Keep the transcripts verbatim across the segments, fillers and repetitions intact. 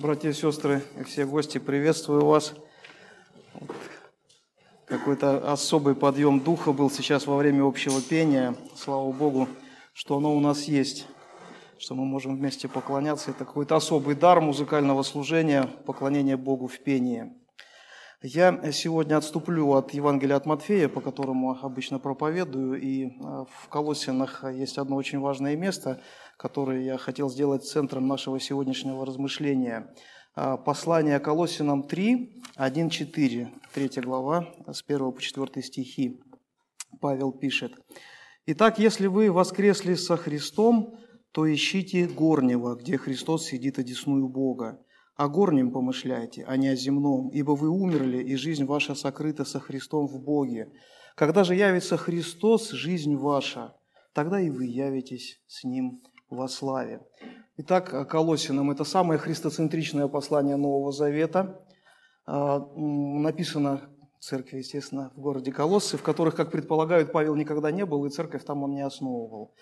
Братья и сестры, и все гости, приветствую вас. Какой-то особый подъем духа был сейчас во время общего пения. Слава Богу, что оно у нас есть, что мы можем вместе поклоняться. Это какой-то особый дар музыкального служения, поклонение Богу в пении. Я сегодня отступлю от Евангелия от Матфея, по которому обычно проповедую, и в Колоссянах есть одно очень важное место, которое я хотел сделать центром нашего сегодняшнего размышления. Послание Колоссянам три, один четыре, третья глава, с первого по четвёртый стихи. Павел пишет: «Итак, если вы воскресли со Христом, то ищите горнего, где Христос сидит одесную Бога. О горнем помышляйте, а не о земном, ибо вы умерли, и жизнь ваша сокрыта со Христом в Боге. Когда же явится Христос, жизнь ваша, тогда и вы явитесь с Ним во славе». Итак, Колоссянам – это самое христоцентричное послание Нового Завета. Написано в церкви, естественно, в городе Колоссы, в которых, как предполагают, Павел никогда не был, и церковь там он не основывал.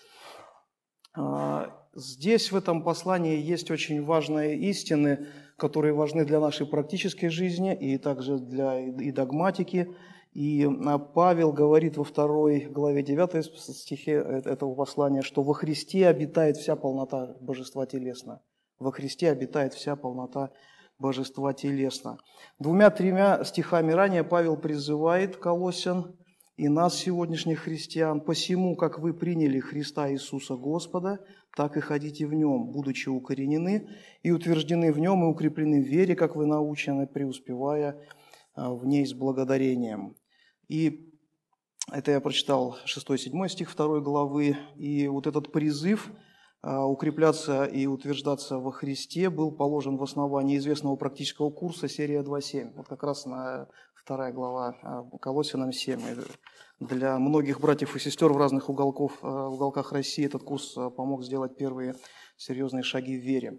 Здесь, в этом послании, есть очень важные истины, которые важны для нашей практической жизни и также для и догматики. И Павел говорит во второй главе девятой стихе этого послания, что во Христе обитает вся полнота Божества телесно. Во Христе обитает вся полнота Божества телесно. Двумя-тремя стихами ранее Павел призывает колоссян и нас, сегодняшних христиан: «Посему, как вы приняли Христа Иисуса Господа, так и ходите в Нем, будучи укоренены и утверждены в Нем, и укреплены в вере, как вы научены, преуспевая в ней с благодарением». И это я прочитал шестой-седьмой стих второй главы. И вот этот призыв укрепляться и утверждаться во Христе был положен в основании известного практического курса «Серия два семь». Вот как раз на вторая глава Колоссянам семь. Для многих братьев и сестер в разных уголков, уголках России этот курс помог сделать первые серьезные шаги в вере.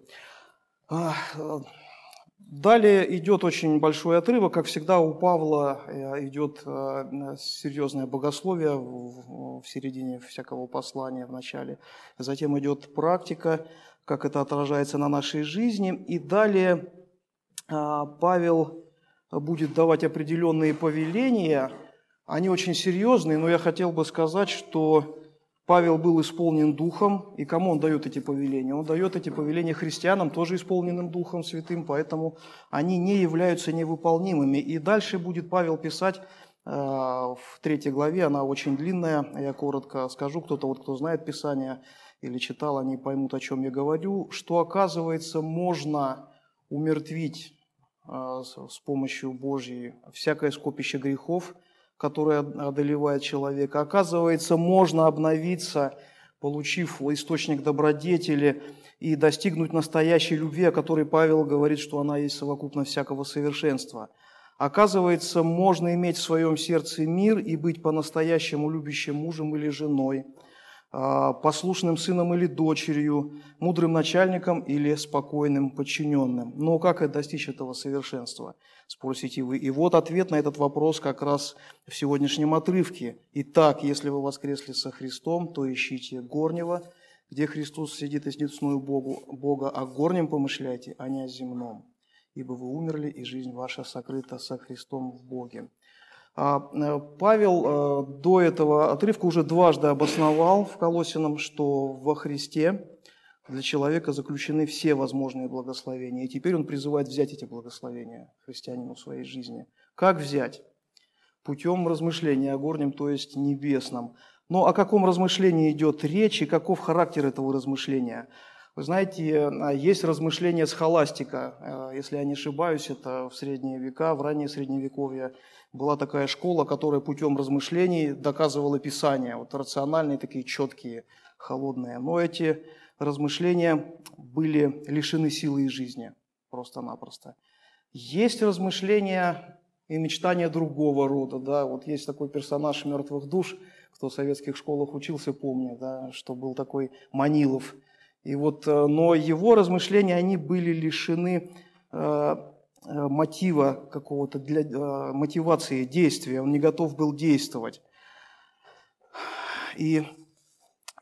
Далее идет очень большой отрывок. Как всегда, у Павла идет серьезное богословие в середине всякого послания, в начале. Затем идет практика, как это отражается на нашей жизни. И далее Павел будет давать определенные повеления. Они очень серьезные, но я хотел бы сказать, что Павел был исполнен Духом, и кому он дает эти повеления? Он дает эти повеления христианам, тоже исполненным Духом Святым, поэтому они не являются невыполнимыми. И дальше будет Павел писать э, в третьей главе, она очень длинная, я коротко скажу, кто-то, вот, кто знает Писание или читал, они поймут, о чем я говорю, что, оказывается, можно умертвить э, с помощью Божьей всякое скопище грехов, которая одолевает человека. Оказывается, можно обновиться, получив источник добродетели и достигнуть настоящей любви, о которой Павел говорит, что она есть совокупность всякого совершенства. Оказывается, можно иметь в своем сердце мир и быть по-настоящему любящим мужем или женой, послушным сыном или дочерью, мудрым начальником или спокойным подчиненным. Но как достичь этого совершенства, спросите вы? И вот ответ на этот вопрос как раз в сегодняшнем отрывке. «Итак, если вы воскресли со Христом, то ищите горнего, где Христос сидит одесную Богу, Бога, о горнем помышляйте, а не о земном. Ибо вы умерли, и жизнь ваша сокрыта со Христом в Боге». Павел до этого отрывка уже дважды обосновал в Колоссянам, что во Христе для человека заключены все возможные благословения. И теперь он призывает взять эти благословения христианину в своей жизни. Как взять? Путем размышления о горнем, то есть небесном. Но о каком размышлении идет речь и каков характер этого размышления? Вы знаете, есть размышления схоластика. Если я не ошибаюсь, это в средние века, в раннее средневековье была такая школа, которая путем размышлений доказывала Писание. Вот рациональные, такие четкие, холодные. Но эти размышления были лишены силы и жизни, просто-напросто. Есть размышления и мечтания другого рода. Да? Вот есть такой персонаж «Мертвых душ», кто в советских школах учился, помнит, да, что был такой Манилов. И вот, но его размышления, они были лишены э, мотива какого-то, для э, мотивации действия. Он не готов был действовать. И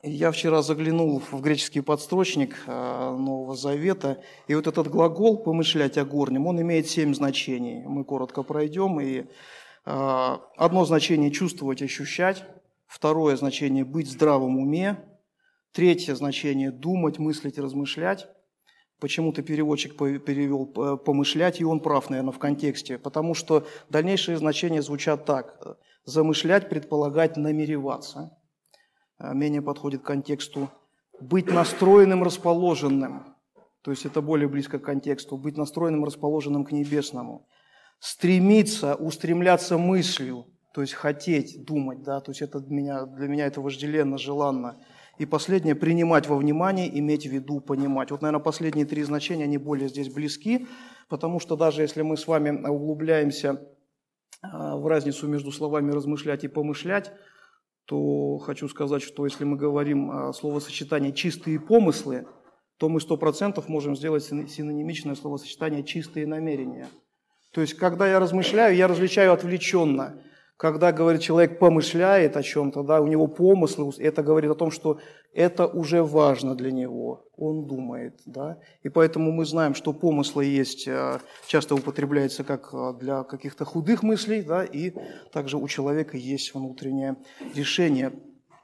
Я вчера заглянул в греческий подстрочник Нового Завета, и вот этот глагол «помышлять о горнем», он имеет семь значений. Мы коротко пройдем, и одно значение – чувствовать, ощущать, второе значение – быть в здравом уме, третье значение – думать, мыслить, размышлять. Почему-то переводчик перевел «помышлять», и он прав, наверное, в контексте, потому что дальнейшие значения звучат так: замышлять, предполагать, намереваться. Менее подходит к контексту быть настроенным, расположенным, то есть это более близко к контексту, быть настроенным, расположенным к небесному, стремиться, устремляться мыслью, то есть хотеть, думать, да, то есть это для меня, для меня это вожделенно, желанно. И последнее, принимать во внимание, иметь в виду, понимать. Вот, наверное, последние три значения, они более здесь близки, потому что даже если мы с вами углубляемся в разницу между словами размышлять и помышлять, то хочу сказать, что если мы говорим о словосочетании «чистые помыслы», то мы сто процентов можем сделать синонимичное словосочетание «чистые намерения». То есть, когда я размышляю, я различаю отвлеченно. Когда, говорит, человек помышляет о чем-то, да, у него помыслы, это говорит о том, что это уже важно для него, он думает. Да? И поэтому мы знаем, что помыслы есть, часто употребляется как для каких-то худых мыслей, да, и также у человека есть внутреннее решение.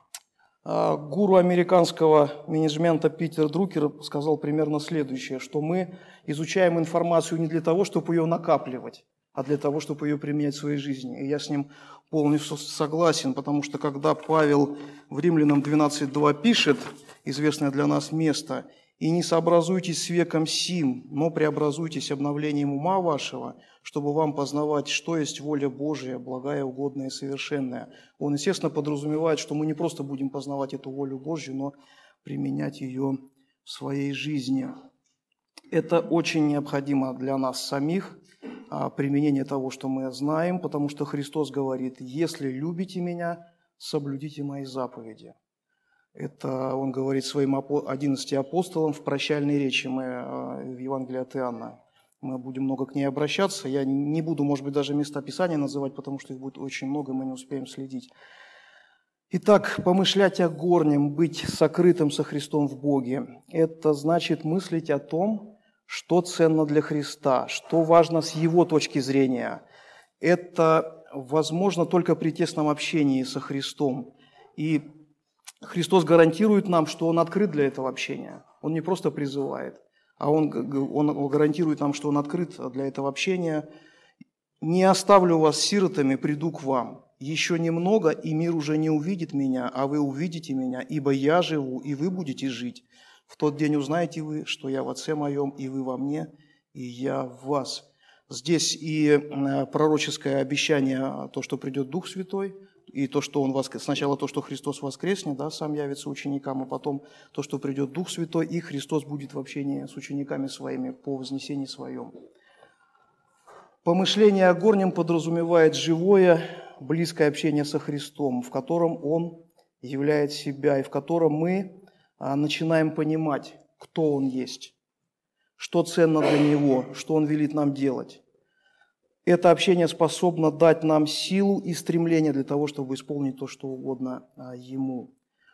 Гуру американского менеджмента Питер Друкер сказал примерно следующее, что мы изучаем информацию не для того, чтобы ее накапливать, а для того, чтобы ее применять в своей жизни. И я с ним полностью согласен, потому что когда Павел в Римлянам двенадцать два пишет, известное для нас место, «И не сообразуйтесь с веком сим, но преобразуйтесь обновлением ума вашего, чтобы вам познавать, что есть воля Божия, благая, угодная и совершенная». Он, естественно, подразумевает, что мы не просто будем познавать эту волю Божью, но применять ее в своей жизни. Это очень необходимо для нас самих, применение того, что мы знаем, потому что Христос говорит: «Если любите Меня, соблюдите Мои заповеди». Это Он говорит своим одиннадцати апостолам в прощальной речи, мы в Евангелии от Иоанна. Мы будем много к ней обращаться. Я не буду, может быть, даже места Писания называть, потому что их будет очень много, и мы не успеем следить. Итак, помышлять о горнем, быть сокрытым со Христом в Боге – это значит мыслить о том, что ценно для Христа, что важно с Его точки зрения. Это возможно только при тесном общении со Христом. И Христос гарантирует нам, что Он открыт для этого общения. Он не просто призывает, а Он, он гарантирует нам, что Он открыт для этого общения. «Не оставлю вас сиротами, приду к вам. Еще немного, и мир уже не увидит Меня, а вы увидите Меня, ибо Я живу, и вы будете жить. В тот день узнаете вы, что Я в Отце Моем, и вы во Мне, и Я в вас». Здесь и пророческое обещание, то, что придет Дух Святой, и то, что Он воскрес... сначала то, что Христос воскреснет, да, сам явится ученикам, а потом то, что придет Дух Святой, и Христос будет в общении с учениками своими по вознесении Своем. Помышление о горнем подразумевает живое, близкое общение со Христом, в котором Он являет себя, и в котором мы начинаем понимать, кто Он есть, что ценно для Него, что Он велит нам делать. Это общение способно дать нам силу и стремление для того, чтобы исполнить то, что угодно Ему.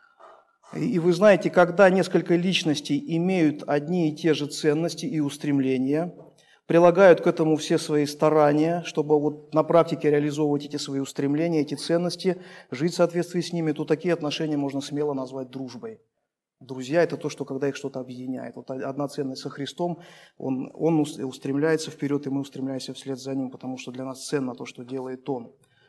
И вы знаете, когда несколько личностей имеют одни и те же ценности и устремления, прилагают к этому все свои старания, чтобы вот на практике реализовывать эти свои устремления, эти ценности, жить в соответствии с ними, то такие отношения можно смело назвать дружбой. Друзья – это то, что когда их что-то объединяет. Вот одна ценность со Христом, он, он устремляется вперед, и мы устремляемся вслед за Ним, потому что для нас ценно то, что делает Он.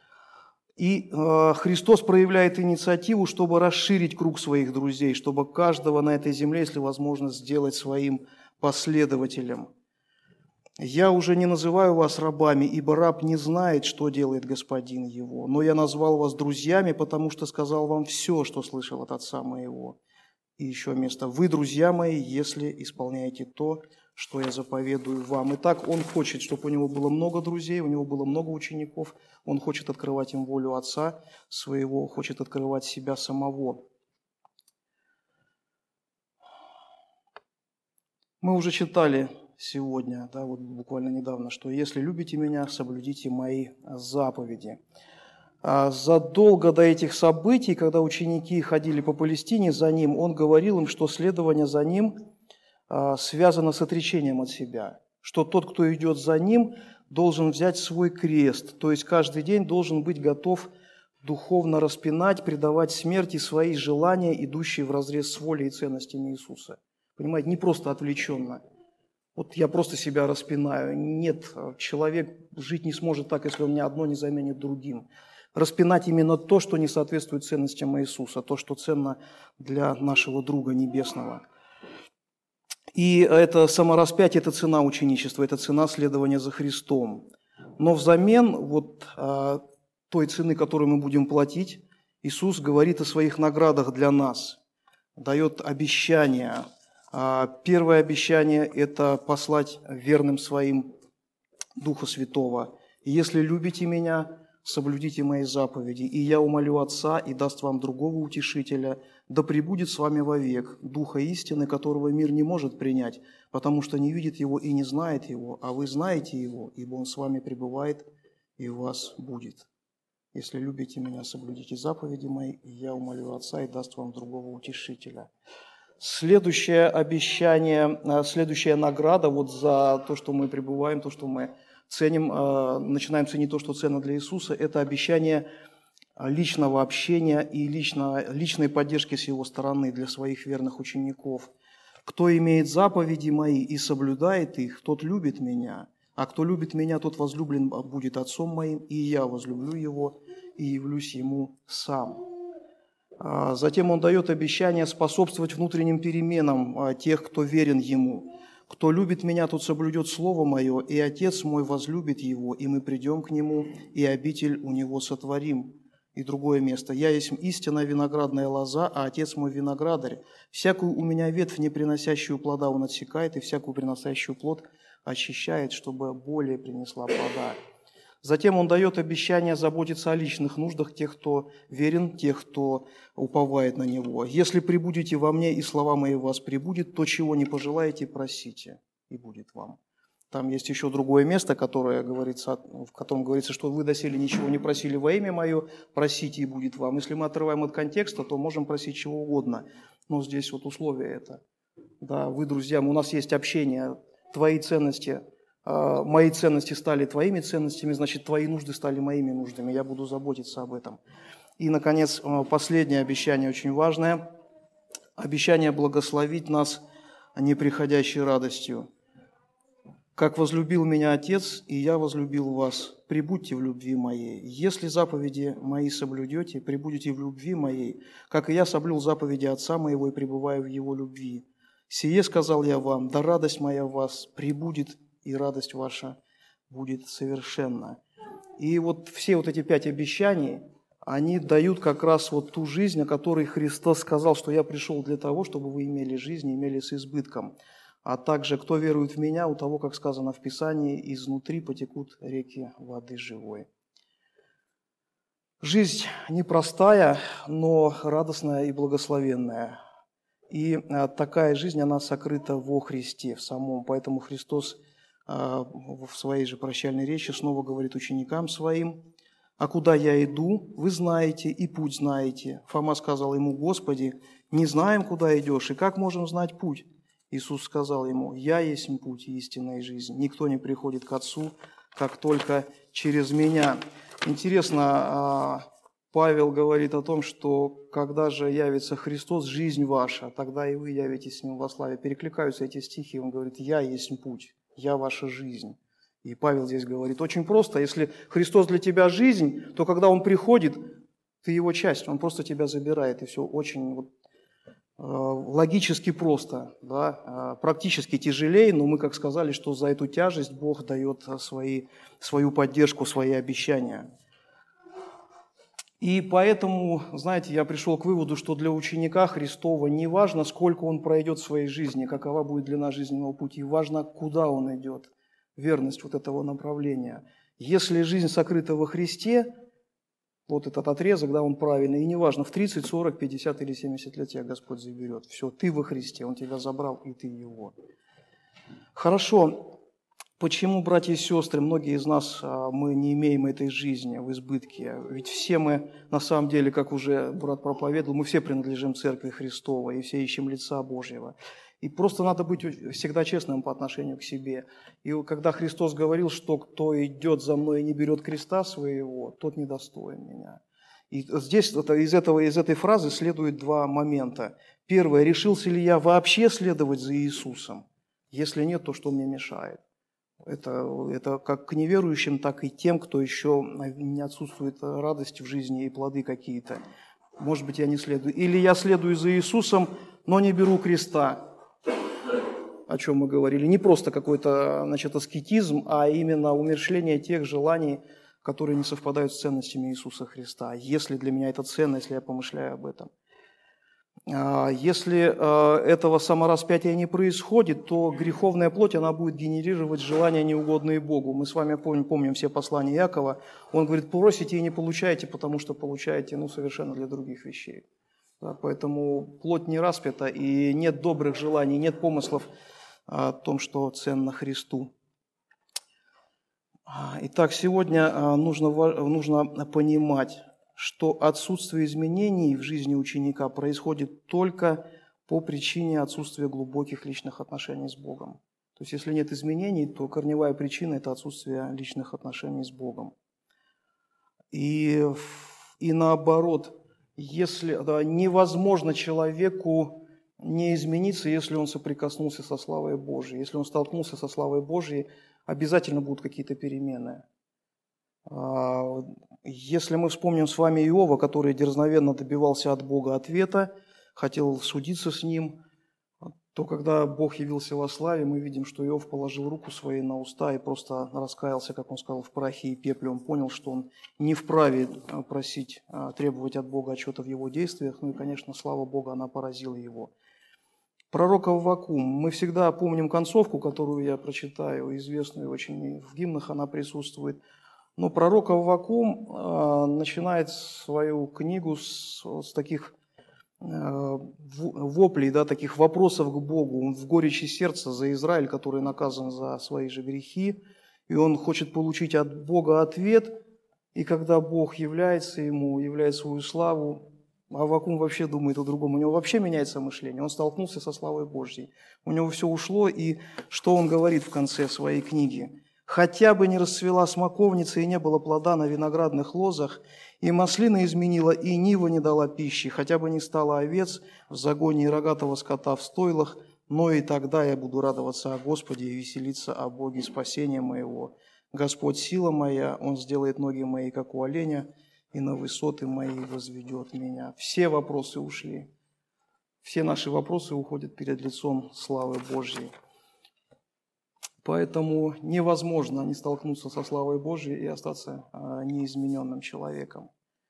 И э, Христос проявляет инициативу, чтобы расширить круг своих друзей, чтобы каждого на этой земле, если возможно, сделать своим последователем. «Я уже не называю вас рабами, ибо раб не знает, что делает господин его, но я назвал вас друзьями, потому что сказал вам все, что слышал от Отца моего». И еще место: «Вы, друзья мои, если исполняете то, что я заповедую вам». Итак, Он хочет, чтобы у Него было много друзей, у Него было много учеников. Он хочет открывать им волю Отца Своего, хочет открывать себя самого. Мы уже читали сегодня, да, вот буквально недавно, что «если любите Меня, соблюдите Мои заповеди». Задолго до этих событий, когда ученики ходили по Палестине за ним, он говорил им, что следование за ним связано с отречением от себя, что тот, кто идет за ним, должен взять свой крест, то есть каждый день должен быть готов духовно распинать, предавать смерти свои желания, идущие вразрез с волей и ценностями Иисуса. Понимаете, не просто отвлеченно. Вот я просто себя распинаю. Нет, человек жить не сможет так, если он ни одно не заменит другим. Распинать именно то, что не соответствует ценностям Иисуса, то, что ценно для нашего друга небесного. И это самораспятие – это цена ученичества, это цена следования за Христом. Но взамен вот а, той цены, которую мы будем платить, Иисус говорит о своих наградах для нас, дает обещания. А, первое обещание – это послать верным своим Духа Святого. «Если любите Меня, соблюдите Мои заповеди, и Я умолю Отца, и даст вам другого утешителя, да пребудет с вами вовек, Духа истины, которого мир не может принять, потому что не видит Его и не знает Его, а вы знаете Его, ибо Он с вами пребывает и у вас будет. Если любите Меня, соблюдите заповеди Мои, и Я умолю Отца, и даст вам другого утешителя». Следующее обещание, следующая награда вот за то, что мы пребываем, то, что мы ценим, начинаем ценить то, что ценно для Иисуса, это обещание личного общения и лично, личной поддержки с Его стороны для своих верных учеников. «Кто имеет заповеди Мои и соблюдает их, тот любит Меня, а кто любит Меня, тот возлюблен будет Отцом Моим, и Я возлюблю его и явлюсь Ему сам». Затем Он дает обещание способствовать внутренним переменам тех, кто верен Ему. «Кто любит Меня, тот соблюдет Слово Мое, и Отец Мой возлюбит его, и мы придем к Нему, и обитель у Него сотворим». И другое место. «Я есть истинная виноградная лоза, а Отец Мой виноградарь. Всякую у Меня ветвь, не приносящую плода, Он отсекает, и всякую приносящую плод очищает, чтобы более принесла плода». Затем Он дает обещание заботиться о личных нуждах тех, кто верен, тех, кто уповает на Него. «Если пребудете во Мне, и слова Мои в вас пребудет, то, чего не пожелаете, просите, и будет вам». Там есть еще другое место, которое говорится, в котором говорится, что вы доселе ничего не просили во имя Мое, просите, и будет вам. Если мы отрываем от контекста, то можем просить чего угодно. Но здесь вот условие это. Да, вы, друзья, у нас есть общение, твои ценности, мои ценности стали твоими ценностями, значит, твои нужды стали моими нуждами. Я буду заботиться об этом. И, наконец, последнее обещание очень важное. Обещание благословить нас неприходящей радостью. «Как возлюбил Меня Отец, и Я возлюбил вас, пребудьте в любви Моей. Если заповеди Мои соблюдете, пребудете в любви Моей, как и Я соблюл заповеди Отца Моего и пребываю в Его любви. Сие сказал Я вам, да радость Моя в вас пребудет, и радость ваша будет совершенна». И вот все вот эти пять обещаний, они дают как раз вот ту жизнь, о которой Христос сказал, что «Я пришел для того, чтобы вы имели жизнь, имели с избытком». А также, кто верует в Меня, у того, как сказано в Писании, изнутри потекут реки воды живой. Жизнь непростая, но радостная и благословенная. И такая жизнь, она сокрыта во Христе, в самом. Поэтому Христос в своей же прощальной речи снова говорит ученикам своим: «А куда я иду, вы знаете, и путь знаете». Фома сказал ему: «Господи, не знаем, куда идешь, и как можем знать путь?» Иисус сказал ему: «Я есть путь и истинная жизнь. Никто не приходит к Отцу, как только через Меня». Интересно, Павел говорит о том, что когда же явится Христос, жизнь ваша, тогда и вы явитесь с Ним во славе. Перекликаются эти стихи, он говорит: «Я есть путь, я ваша жизнь». И Павел здесь говорит очень просто: если Христос для тебя жизнь, то когда Он приходит, ты Его часть, Он просто тебя забирает, и все очень вот, логически просто, да, практически тяжелее, но мы, как сказали, что за эту тяжесть Бог дает свои, свою поддержку, свои обещания. И поэтому, знаете, я пришел к выводу, что для ученика Христова не важно, сколько он пройдет в своей жизни, какова будет длина жизненного пути, важно, куда он идет, верность вот этого направления. Если жизнь сокрыта во Христе, вот этот отрезок, да, он правильный, и неважно, в тридцать, сорок, пятьдесят или семьдесят лет тебя Господь заберет. Все, ты во Христе, Он тебя забрал, и ты Его. Хорошо. Почему, братья и сестры, многие из нас, мы не имеем этой жизни в избытке? Ведь все мы, на самом деле, как уже брат проповедовал, мы все принадлежим Церкви Христовой и все ищем лица Божьего. И просто надо быть всегда честным по отношению к себе. И когда Христос говорил, что кто идет за мной и не берет креста своего, тот недостоин меня. И здесь из, этого, из этой фразы следует два момента. Первое, решился ли я вообще следовать за Иисусом? Если нет, то что мне мешает? Это, это как к неверующим, так и тем, кто еще не отсутствует радости в жизни и плоды какие-то. Может быть, я не следую. Или я следую за Иисусом, но не беру креста, о чем мы говорили. Не просто какой-то, значит, аскетизм, а именно умерщвление тех желаний, которые не совпадают с ценностями Иисуса Христа. Если для меня это ценно, если я помышляю об этом. Если этого самораспятия не происходит, то греховная плоть, она будет генерировать желания, неугодные Богу. Мы с вами помним, помним все послания Иакова. Он говорит, просите и не получаете, потому что получаете ну, совершенно для других вещей. Да, поэтому плоть не распята, и нет добрых желаний, нет помыслов о том, что ценно Христу. Итак, сегодня нужно, нужно понимать, что отсутствие изменений в жизни ученика происходит только по причине отсутствия глубоких личных отношений с Богом. То есть, если нет изменений, то корневая причина – это отсутствие личных отношений с Богом. И, и наоборот, если, да, невозможно человеку не измениться, если он соприкоснулся со славой Божией. Если он столкнулся со славой Божией, обязательно будут какие-то перемены. Если мы вспомним с вами Иова, который дерзновенно добивался от Бога ответа, хотел судиться с ним, то когда Бог явился во славе, мы видим, что Иов положил руку своей на уста и просто раскаялся, как он сказал, в прахе и пепле. Он понял, что он не вправе просить, требовать от Бога отчета в его действиях. Ну и, конечно, слава Бога, она поразила его. Пророк Аввакум. Мы всегда помним концовку, которую я прочитаю, известную очень, в гимнах она присутствует. Но пророк Аввакум э, начинает свою книгу с, с таких э, воплей, да, таких вопросов к Богу. Он в горечи сердца за Израиль, который наказан за свои же грехи, и он хочет получить от Бога ответ. И когда Бог является ему, являет свою славу, Аввакум вообще думает о другом. У него вообще меняется мышление. Он столкнулся со славой Божьей. У него все ушло, и что он говорит в конце своей книги? «Хотя бы не расцвела смоковница и не было плода на виноградных лозах, и маслина изменила, и нива не дала пищи, хотя бы не стало овец в загоне и рогатого скота в стойлах, но и тогда я буду радоваться о Господе и веселиться о Боге спасения моего. Господь сила моя, Он сделает ноги мои, как у оленя, и на высоты мои возведет меня». Все вопросы ушли. Все наши вопросы уходят перед лицом славы Божьей. Поэтому невозможно не столкнуться со славой Божьей и остаться неизмененным человеком.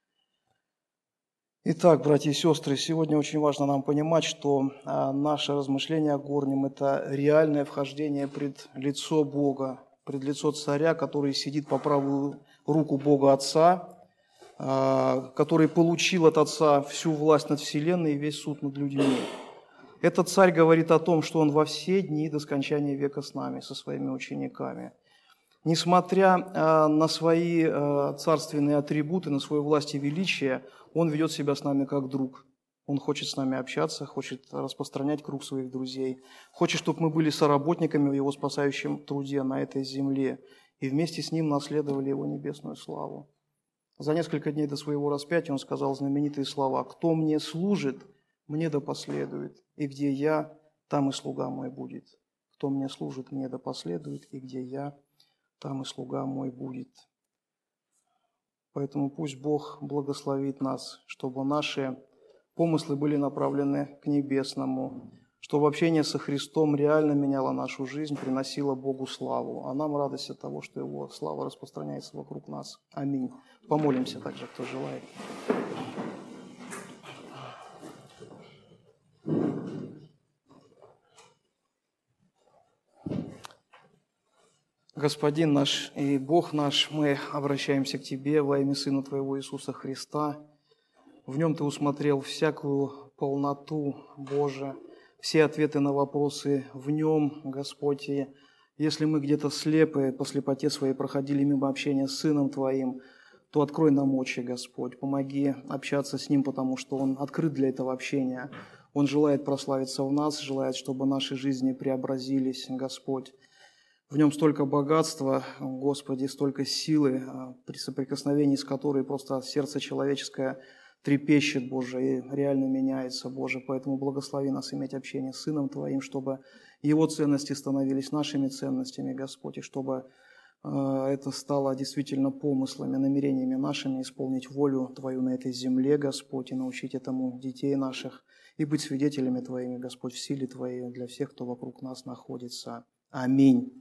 Итак, братья и сестры, сегодня очень важно нам понимать, что наше размышление о горнем – это реальное вхождение пред лицо Бога, пред лицо Царя, который сидит по правую руку Бога Отца, который получил от Отца всю власть над вселенной и весь суд над людьми. Этот царь говорит о том, что он во все дни до скончания века с нами, со своими учениками. Несмотря на свои царственные атрибуты, на свою власть и величие, он ведет себя с нами как друг. Он хочет с нами общаться, хочет распространять круг своих друзей, хочет, чтобы мы были соработниками в его спасающем труде на этой земле и вместе с ним наследовали его небесную славу. За несколько дней до своего распятия он сказал знаменитые слова: «Кто мне служит, мне да последует, и где я, там и слуга мой будет. Кто мне служит, мне да последует, и где я, там и слуга мой будет». Поэтому пусть Бог благословит нас, чтобы наши помыслы были направлены к небесному, чтобы общение со Христом реально меняло нашу жизнь, приносило Богу славу, а нам радость от того, что Его слава распространяется вокруг нас. Аминь. Помолимся также, кто желает. Господин наш и Бог наш, мы обращаемся к Тебе во имя Сына Твоего Иисуса Христа. В Нем Ты усмотрел всякую полноту Божию, все ответы на вопросы в Нем, Господь. И Если мы где-то слепы, по слепоте своей проходили мимо общения с Сыном Твоим, то открой нам очи, Господь, помоги общаться с Ним, потому что Он открыт для этого общения. Он желает прославиться в нас, желает, чтобы наши жизни преобразились, Господь. В Нем столько богатства, Господи, столько силы, при соприкосновении с которой просто сердце человеческое трепещет, Боже, и реально меняется, Боже. Поэтому благослови нас иметь общение с Сыном Твоим, чтобы Его ценности становились нашими ценностями, Господь, и чтобы это стало действительно помыслами, намерениями нашими исполнить волю Твою на этой земле, Господь, и научить этому детей наших, и быть свидетелями Твоими, Господь, в силе Твоей для всех, кто вокруг нас находится. Аминь.